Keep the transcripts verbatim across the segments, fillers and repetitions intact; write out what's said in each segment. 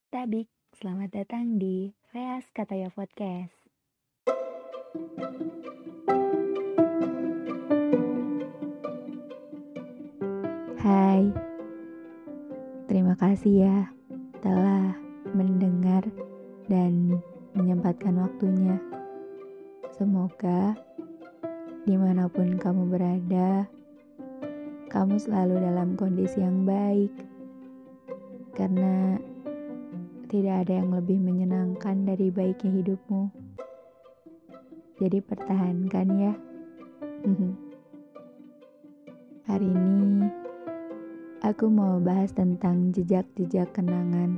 Tabik, selamat datang di Veas Kataya Podcast. Hai, terima kasih ya telah mendengar dan menyempatkan waktunya. Semoga dimanapun kamu berada, kamu selalu dalam kondisi yang baik. Karena tidak ada yang lebih menyenangkan dari baiknya hidupmu. Jadi pertahankan ya. Hari ini aku mau bahas tentang jejak-jejak kenangan.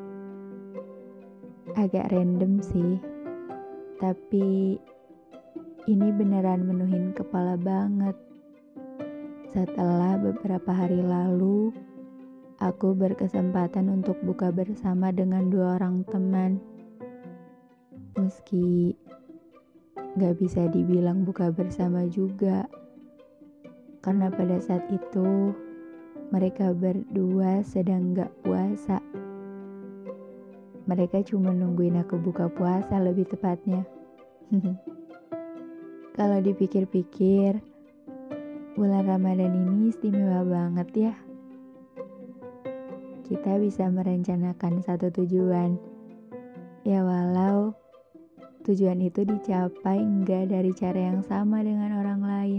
Agak random sih, tapi ini beneran menuhin kepala banget. Setelah beberapa hari lalu, aku berkesempatan untuk buka bersama dengan dua orang teman. Meski gak bisa dibilang buka bersama juga, karena pada saat itu mereka berdua sedang gak puasa. Mereka cuma nungguin aku buka puasa lebih tepatnya. Kalau dipikir-pikir, bulan Ramadan ini istimewa banget ya. Kita bisa merencanakan satu tujuan. Ya walau tujuan itu dicapai enggak dari cara yang sama dengan orang lain.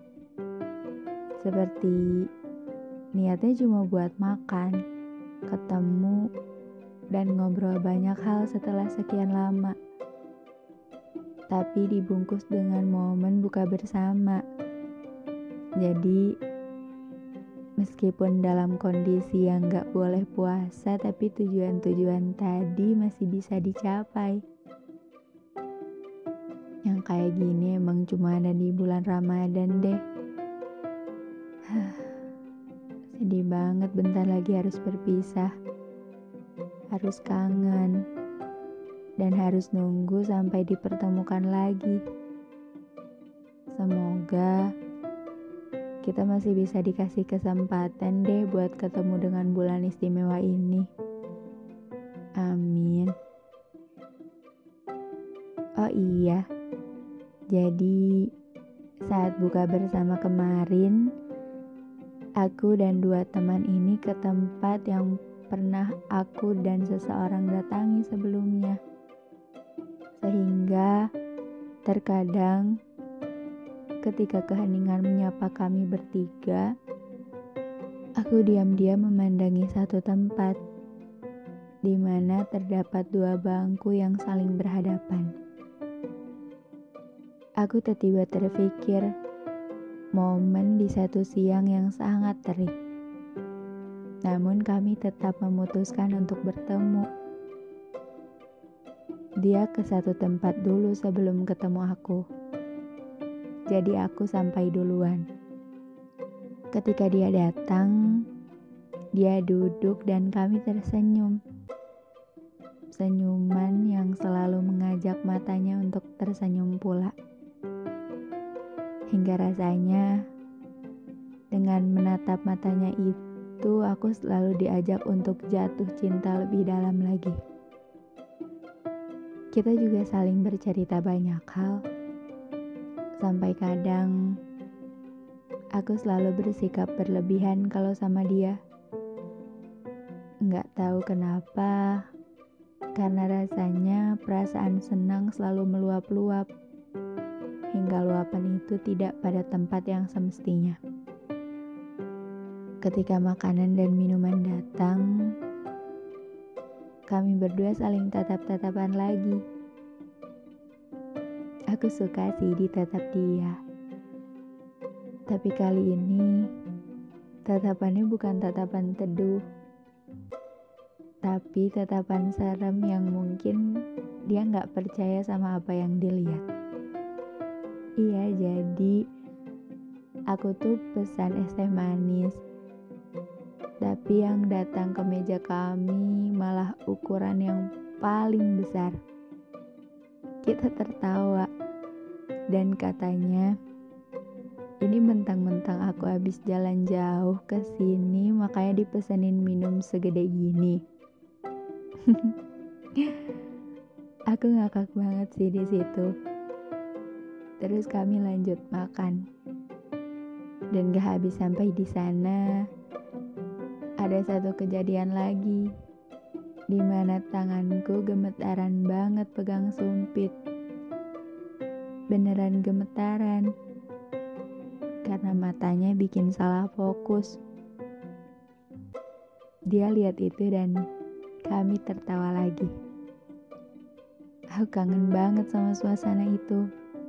Seperti niatnya cuma buat makan, ketemu, dan ngobrol banyak hal setelah sekian lama. Tapi dibungkus dengan momen buka bersama. Jadi meskipun dalam kondisi yang gak boleh puasa, tapi tujuan-tujuan tadi masih bisa dicapai. Yang kayak gini emang cuma ada di bulan Ramadan deh. Sedih banget bentar lagi harus berpisah. Harus kangen. Dan harus nunggu sampai dipertemukan lagi. Semoga kita masih bisa dikasih kesempatan deh buat ketemu dengan bulan istimewa ini. Amin. Oh iya, jadi saat buka bersama kemarin, aku dan dua teman ini ke tempat yang pernah aku dan seseorang datangi sebelumnya. Sehingga terkadang ketika keheningan menyapa kami bertiga, aku diam-diam memandangi satu tempat di mana terdapat dua bangku yang saling berhadapan. Aku tiba-tiba terpikir momen di satu siang yang sangat terik. Namun kami tetap memutuskan untuk bertemu. Dia ke satu tempat dulu sebelum ketemu aku. Jadi aku sampai duluan. Ketika dia datang, dia duduk dan kami tersenyum. Senyuman yang selalu mengajak matanya untuk tersenyum pula. Hingga rasanya dengan menatap matanya itu aku selalu diajak untuk jatuh cinta lebih dalam lagi. Kita juga saling bercerita banyak hal. Sampai kadang aku selalu bersikap berlebihan kalau sama dia. Nggak tahu kenapa, karena rasanya perasaan senang selalu meluap-luap. Hingga luapan itu tidak pada tempat yang semestinya. Ketika makanan dan minuman datang, kami berdua saling tatap-tatapan lagi. Aku suka sih ditatap dia. Tapi kali ini tatapannya bukan tatapan teduh, tapi tatapan serem yang mungkin dia gak percaya sama apa yang dilihat. Iya, jadi aku tuh pesan es teh manis, tapi yang datang ke meja kami malah ukuran yang paling besar. Kita tertawa dan katanya, ini mentang-mentang aku habis jalan jauh ke sini makanya dipesenin minum segede gini. Aku ngakak banget sih di situ. Terus kami lanjut makan. Dan gak habis sampai di sana, ada satu kejadian lagi di mana tanganku gemetaran banget pegang sumpit. Beneran gemetaran. Karena matanya bikin salah fokus. Dia lihat itu dan kami tertawa lagi. Aku kangen banget sama suasana itu.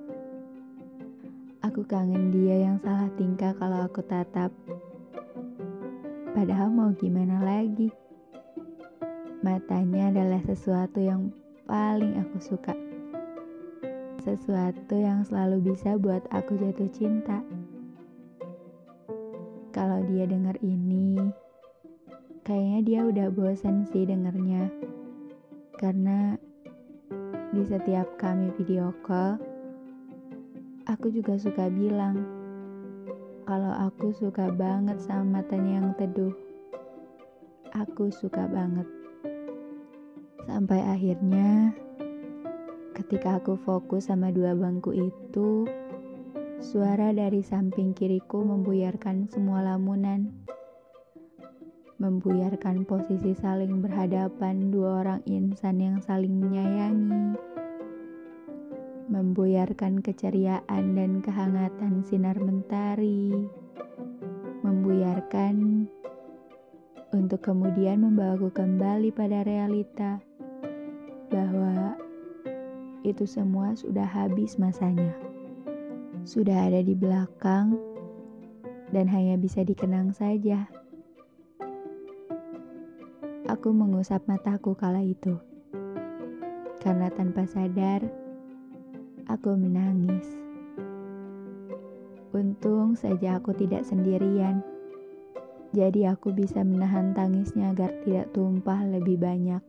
Aku kangen dia yang salah tingkah kalau aku tatap. Padahal mau gimana lagi? Matanya adalah sesuatu yang paling aku suka. Sesuatu yang selalu bisa buat aku jatuh cinta. Kalau dia denger ini, kayaknya dia udah bosan sih dengernya. Karena di setiap kami video call, aku juga suka bilang kalau aku suka banget sama matanya yang teduh. Aku suka banget. Sampai akhirnya ketika aku fokus sama dua bangku itu, suara dari samping kiriku membuyarkan semua lamunan. Membuyarkan posisi saling berhadapan dua orang insan yang saling menyayangi. Membuyarkan keceriaan dan kehangatan sinar mentari. Membuyarkan untuk kemudian membawaku kembali pada realita bahwa itu semua sudah habis masanya. Sudah ada di belakang dan hanya bisa dikenang saja. Aku mengusap mataku kala itu. Karena tanpa sadar, aku menangis. Untung saja aku tidak sendirian. Jadi aku bisa menahan tangisnya agar tidak tumpah lebih banyak.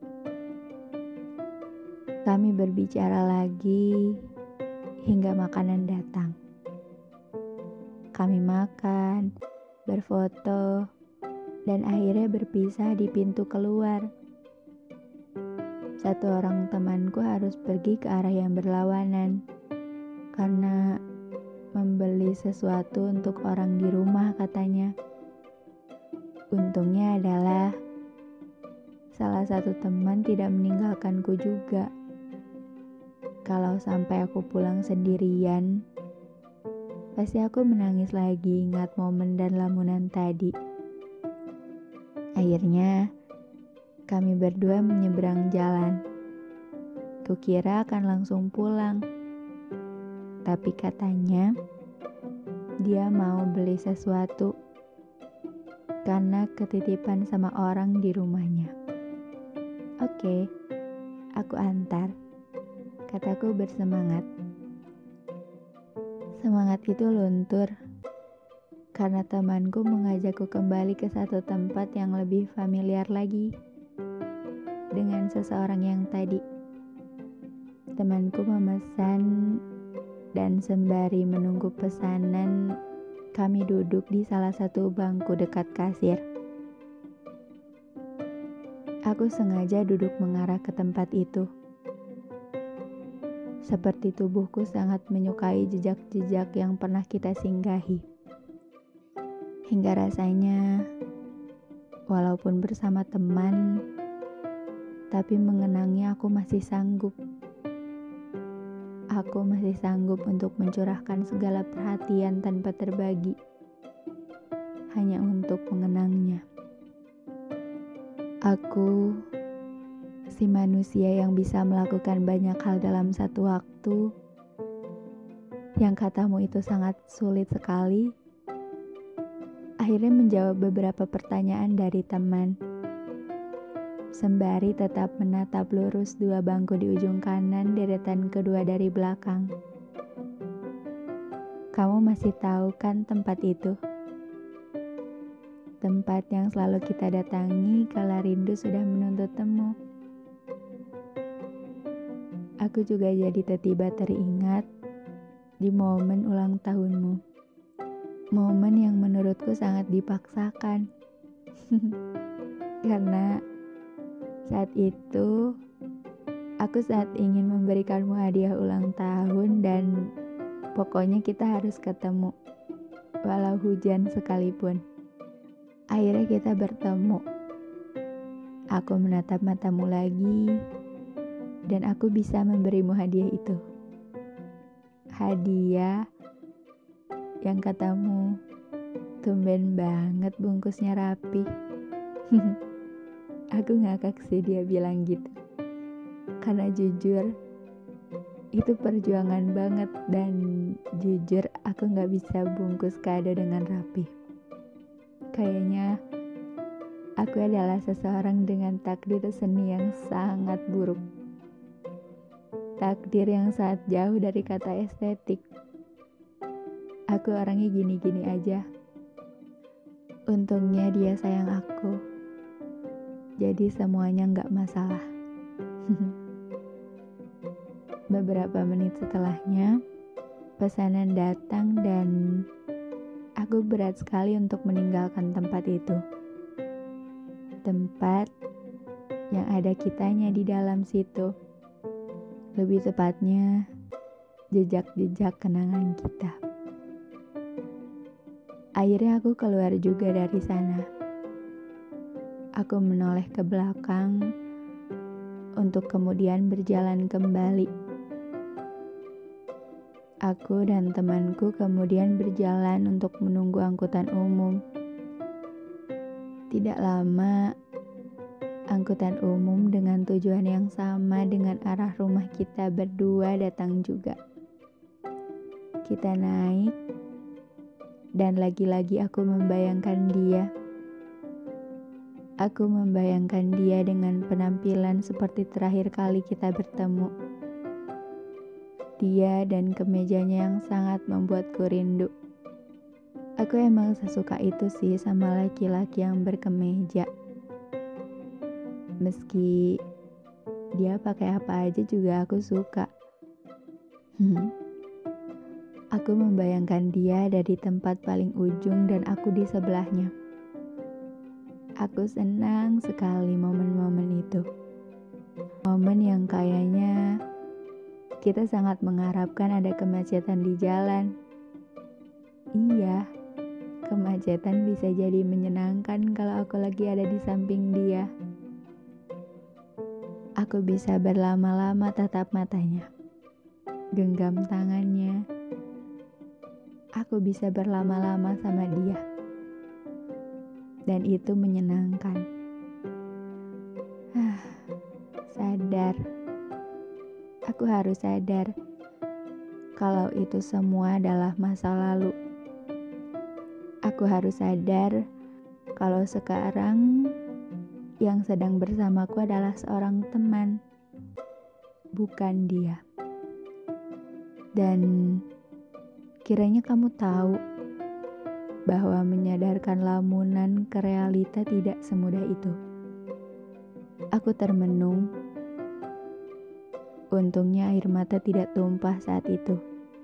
Kami berbicara lagi hingga makanan datang. Kami makan, berfoto, dan akhirnya berpisah di pintu keluar. Satu orang temanku harus pergi ke arah yang berlawanan karena membeli sesuatu untuk orang di rumah katanya. Untungnya adalah salah satu teman tidak meninggalkanku juga. Kalau sampai aku pulang sendirian, pasti aku menangis lagi ingat momen dan lamunan tadi. Akhirnya, kami berdua menyeberang jalan. Kukira akan langsung pulang. Tapi katanya, dia mau beli sesuatu karena ketitipan sama orang di rumahnya. Oke, aku antar, kataku bersemangat. Semangat itu luntur karena temanku mengajakku kembali ke satu tempat yang lebih familiar lagi dengan seseorang yang tadi. Temanku memesan dan sembari menunggu pesanan, kami duduk di salah satu bangku dekat kasir. Aku sengaja duduk mengarah ke tempat itu. Seperti tubuhku sangat menyukai jejak-jejak yang pernah kita singgahi. Hingga rasanya, walaupun bersama teman, tapi mengenangnya aku masih sanggup. Aku masih sanggup untuk mencurahkan segala perhatian tanpa terbagi, hanya untuk mengenangnya. Aku, si manusia yang bisa melakukan banyak hal dalam satu waktu, yang katamu itu sangat sulit sekali, akhirnya menjawab beberapa pertanyaan dari teman. Sembari tetap menatap lurus dua bangku di ujung kanan deretan kedua dari belakang. Kamu masih tahu kan tempat itu? Tempat yang selalu kita datangi kala rindu sudah menuntut temu. Aku juga jadi tiba-tiba teringat di momen ulang tahunmu. Momen yang menurutku sangat dipaksakan. Karena Saat itu, aku saat ingin memberikanmu hadiah ulang tahun dan pokoknya kita harus ketemu, walau hujan sekalipun. Akhirnya kita bertemu. Aku menatap matamu lagi, dan aku bisa memberimu hadiah itu. Hadiah yang katamu, tumben banget bungkusnya rapi. Aku ngakak sih dia bilang gitu. Karena jujur, itu perjuangan banget dan jujur aku gak bisa bungkus kado dengan rapi. Kayaknya aku adalah seseorang dengan takdir seni yang sangat buruk. Takdir yang sangat jauh dari kata estetik. Aku orangnya gini-gini aja. Untungnya dia sayang aku. Jadi semuanya gak masalah. Beberapa menit setelahnya, pesanan datang dan aku berat sekali untuk meninggalkan tempat itu. Tempat yang ada kitanya di dalam situ. Lebih tepatnya, jejak-jejak kenangan kita. Akhirnya aku keluar juga dari sana. Aku menoleh ke belakang untuk kemudian berjalan kembali. Aku dan temanku kemudian berjalan untuk menunggu angkutan umum. Tidak lama, angkutan umum dengan tujuan yang sama dengan arah rumah kita berdua datang juga. Kita naik, dan lagi-lagi aku membayangkan dia. Aku membayangkan dia dengan penampilan seperti terakhir kali kita bertemu. Dia dan kemejanya yang sangat membuatku rindu. Aku emang sesuka itu sih sama laki-laki yang berkemeja. Meski dia pakai apa aja juga aku suka. Hmm. Aku membayangkan dia dari tempat paling ujung dan aku di sebelahnya. Aku senang sekali momen-momen itu. Momen yang kayaknya kita sangat mengharapkan ada kemacetan di jalan. Iya, kemacetan bisa jadi menyenangkan kalau aku lagi ada di samping dia. Aku bisa berlama-lama tatap matanya, genggam tangannya. Aku bisa berlama-lama sama dia. Dan itu menyenangkan. Ah, sadar. Aku harus sadar kalau itu semua adalah masa lalu. Aku harus sadar kalau sekarang yang sedang bersamaku adalah seorang teman, bukan dia. Dan kiranya kamu tahu bahwa menyadarkan lamunan ke realita tidak semudah itu. Aku termenung. Untungnya air mata tidak tumpah saat itu.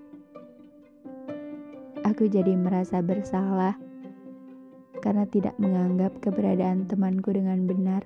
Aku jadi merasa bersalah karena tidak menganggap keberadaan temanku dengan benar.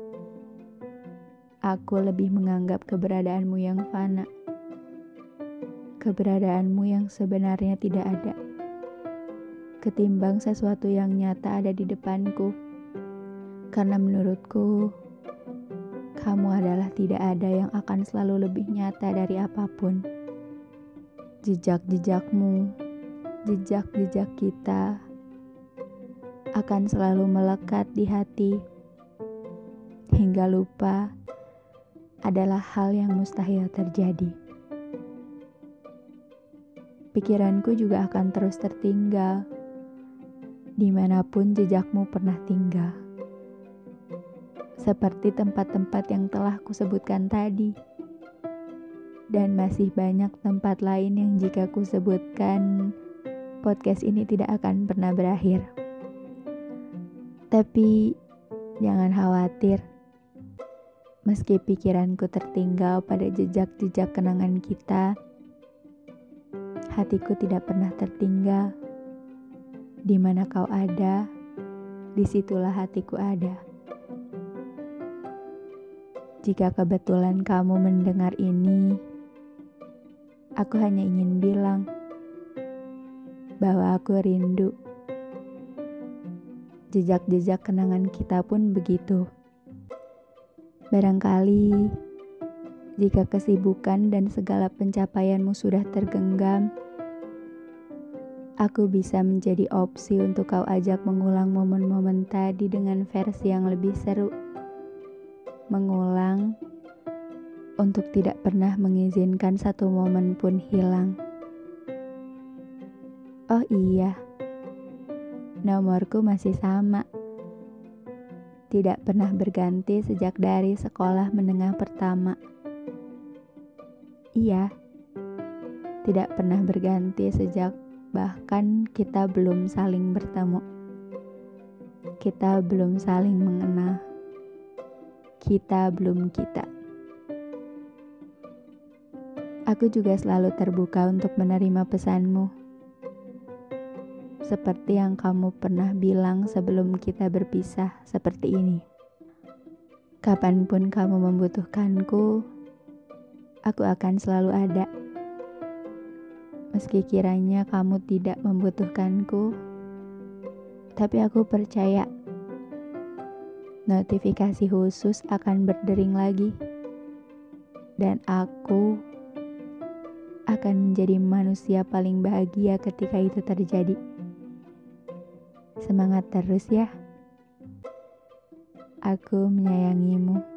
Aku lebih menganggap keberadaanmu yang fana. Keberadaanmu yang sebenarnya tidak ada. Ketimbang sesuatu yang nyata ada di depanku. Karena menurutku, kamu adalah tidak ada yang akan selalu lebih nyata dari apapun. Jejak-jejakmu, jejak-jejak kita akan selalu melekat di hati. Hingga lupa adalah hal yang mustahil terjadi. Pikiranku juga akan terus tertinggal dimanapun jejakmu pernah tinggal. Seperti tempat-tempat yang telah kusebutkan tadi. Dan masih banyak tempat lain yang jika kusebutkan, podcast ini tidak akan pernah berakhir. Tapi jangan khawatir. Meski pikiranku tertinggal pada jejak-jejak kenangan kita, hatiku tidak pernah tertinggal. Di mana kau ada, disitulah hatiku ada. Jika kebetulan kamu mendengar ini, aku hanya ingin bilang bahwa aku rindu. Jejak-jejak kenangan kita pun begitu. Barangkali jika kesibukan dan segala pencapaianmu sudah tergenggam, aku bisa menjadi opsi untuk kau ajak mengulang momen-momen tadi dengan versi yang lebih seru. Mengulang untuk tidak pernah mengizinkan satu momen pun hilang. Oh iya, nomorku masih sama. Tidak pernah berganti sejak dari sekolah menengah pertama. Iya, tidak pernah berganti sejak bahkan kita belum saling bertemu. Kita belum saling mengenal. Kita belum kita. Aku juga selalu terbuka untuk menerima pesanmu. Seperti yang kamu pernah bilang sebelum kita berpisah seperti ini. Kapanpun kamu membutuhkanku, aku akan selalu ada. Meski kiranya kamu tidak membutuhkanku, tapi aku percaya notifikasi khusus akan berdering lagi. Dan aku akan menjadi manusia paling bahagia ketika itu terjadi. Semangat terus ya. Aku menyayangimu.